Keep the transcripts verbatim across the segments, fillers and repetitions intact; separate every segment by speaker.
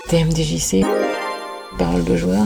Speaker 1: T M D J C, parole de joueur.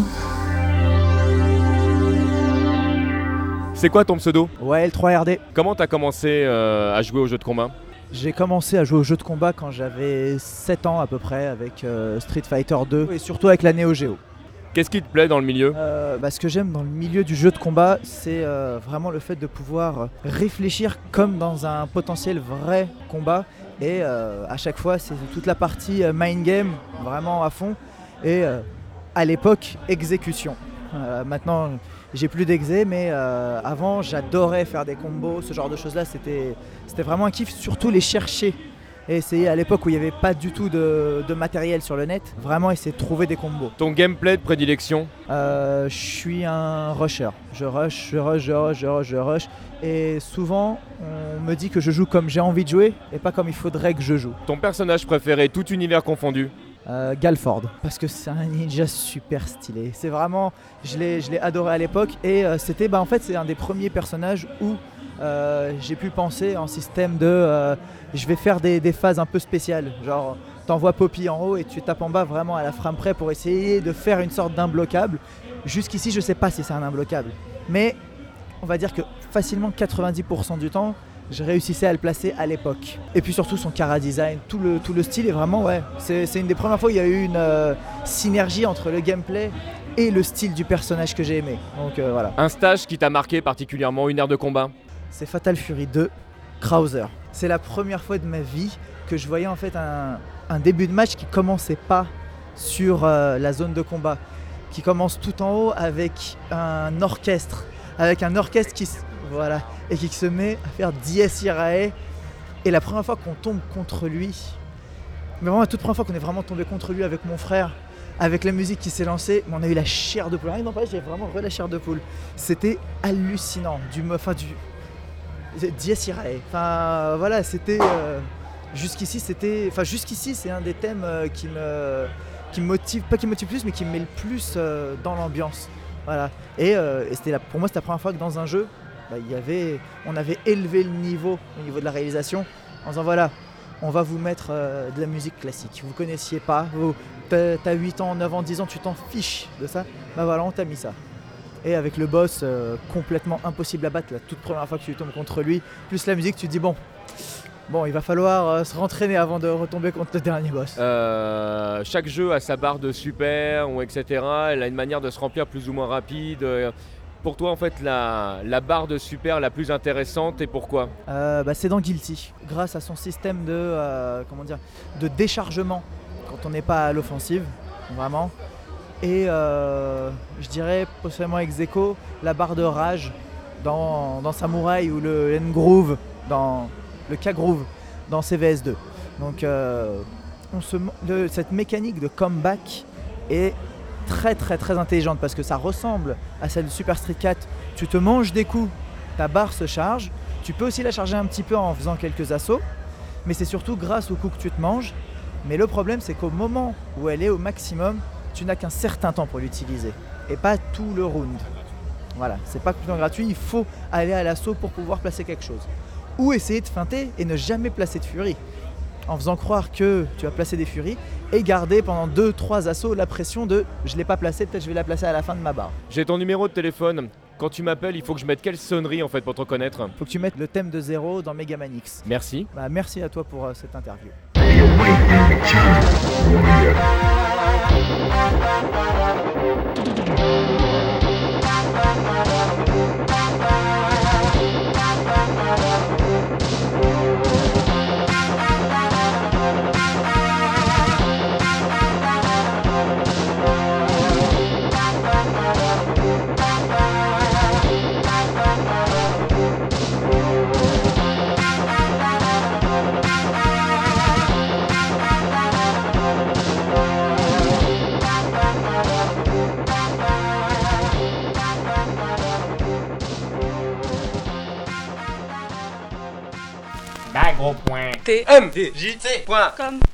Speaker 2: C'est quoi ton pseudo ?
Speaker 3: Ouais, L trois R D.
Speaker 2: Comment t'as commencé euh, à jouer aux jeux de combat ?
Speaker 3: J'ai commencé à jouer aux jeux de combat quand j'avais sept ans à peu près avec euh, Street Fighter deux et surtout avec la Neo Geo.
Speaker 2: Qu'est-ce qui te plaît dans le milieu ?
Speaker 3: euh, bah, Ce que j'aime dans le milieu du jeu de combat, c'est euh, vraiment le fait de pouvoir réfléchir comme dans un potentiel vrai combat. Et euh, à chaque fois, c'est toute la partie euh, mind game, vraiment à fond. Et euh, à l'époque, exécution. Euh, maintenant, j'ai plus d'exé, mais euh, avant, j'adorais faire des combos, ce genre de choses-là. C'était, c'était vraiment un kiff, surtout les chercher. Et essayer à l'époque où il n'y avait pas du tout de, de matériel sur le net, vraiment essayer de trouver des combos.
Speaker 2: Ton gameplay de prédilection ?
Speaker 3: euh, Je suis un rusher. Je rush, je rush, je rush, je rush, je rush. Et souvent, on me dit que je joue comme j'ai envie de jouer et pas comme il faudrait que je joue.
Speaker 2: Ton personnage préféré, tout univers confondu ?
Speaker 3: Euh, Galford, parce que c'est un ninja super stylé. C'est vraiment, je l'ai, je l'ai adoré à l'époque et euh, c'était, bah en fait, c'est un des premiers personnages où euh, j'ai pu penser en système de, euh, je vais faire des, des phases un peu spéciales, genre t'envoies Poppy en haut et tu tapes en bas vraiment à la frame près pour essayer de faire une sorte d'imbloquable. Jusqu'ici, je sais pas si c'est un imbloquable, mais on va dire que facilement quatre-vingt-dix pour cent du temps, je réussissais à le placer à l'époque. Et puis surtout son chara design, tout le, tout le style est vraiment, ouais, c'est, c'est une des premières fois où il y a eu une euh, synergie entre le gameplay et le style du personnage que j'ai aimé. Donc euh, voilà.
Speaker 2: Un stage qui t'a marqué particulièrement, une aire de combat ?
Speaker 3: C'est Fatal Fury deux, Krauser. C'est la première fois de ma vie que je voyais en fait un, un début de match qui commençait pas sur euh, la zone de combat, qui commence tout en haut avec un orchestre, avec un orchestre qui... Voilà, et qui se met à faire Dies Irae. Et la première fois qu'on tombe contre lui, mais vraiment la toute première fois qu'on est vraiment tombé contre lui avec mon frère, avec la musique qui s'est lancée, on a eu la chair de poule. Rien que d'en parler, j'avais vraiment re la chair de poule. C'était hallucinant, du, enfin du Dies Irae. Enfin voilà, c'était euh, jusqu'ici, c'était, enfin jusqu'ici, c'est un des thèmes euh, qui me, qui me motive, pas qui me motive plus, mais qui me met le plus euh, dans l'ambiance. Voilà. Et, euh, et c'était la, pour moi, c'était la première fois que dans un jeu. Bah, il y avait, on avait élevé le niveau au niveau de la réalisation en disant voilà, on va vous mettre euh, de la musique classique. Vous ne connaissiez pas, vous, t'as, t'as huit ans, neuf ans, dix ans, tu t'en fiches de ça. Bah voilà, on t'a mis ça. Et avec le boss euh, complètement impossible à battre, la toute première fois que tu tombes contre lui, plus la musique, tu te dis bon, bon il va falloir euh, se rentraîner avant de retomber contre le dernier boss.
Speaker 2: Euh, chaque jeu a sa barre de super, ou et cetera. Elle a une manière de se remplir plus ou moins rapide. Pour toi, en fait, la, la barre de super la plus intéressante, et pourquoi ?
Speaker 3: euh, bah, C'est dans Guilty, grâce à son système de, euh, comment dire, de déchargement quand on n'est pas à l'offensive, vraiment. Et euh, je dirais, possiblement ex aequo, la barre de rage dans, dans Samurai ou le N-Groove, dans le K-Groove, dans C V S deux. Donc, euh, on se, le, cette mécanique de comeback est très très très intelligente parce que ça ressemble à celle de Super Street quatre. Tu te manges des coups, ta barre se charge, tu peux aussi la charger un petit peu en faisant quelques assauts, mais c'est surtout grâce aux coups que tu te manges. Mais le problème, c'est qu'au moment où elle est au maximum, tu n'as qu'un certain temps pour l'utiliser et pas tout le round. Voilà, c'est pas complètement gratuit, il faut aller à l'assaut pour pouvoir placer quelque chose. Ou essayer de feinter et ne jamais placer de furie, en faisant croire que tu vas placer des furies et garder pendant deux trois assauts la pression de je l'ai pas placé, peut-être je vais la placer à la fin de ma barre.
Speaker 2: J'ai ton numéro de téléphone. Quand tu m'appelles, il faut que je mette quelle sonnerie en fait pour te reconnaître ?
Speaker 3: Faut que tu mettes le thème de Zero dans Mega Man X.
Speaker 2: Merci.
Speaker 3: Bah, merci à toi pour euh, cette interview.
Speaker 4: Bah gros point.
Speaker 5: T
Speaker 4: M D J C point
Speaker 5: comme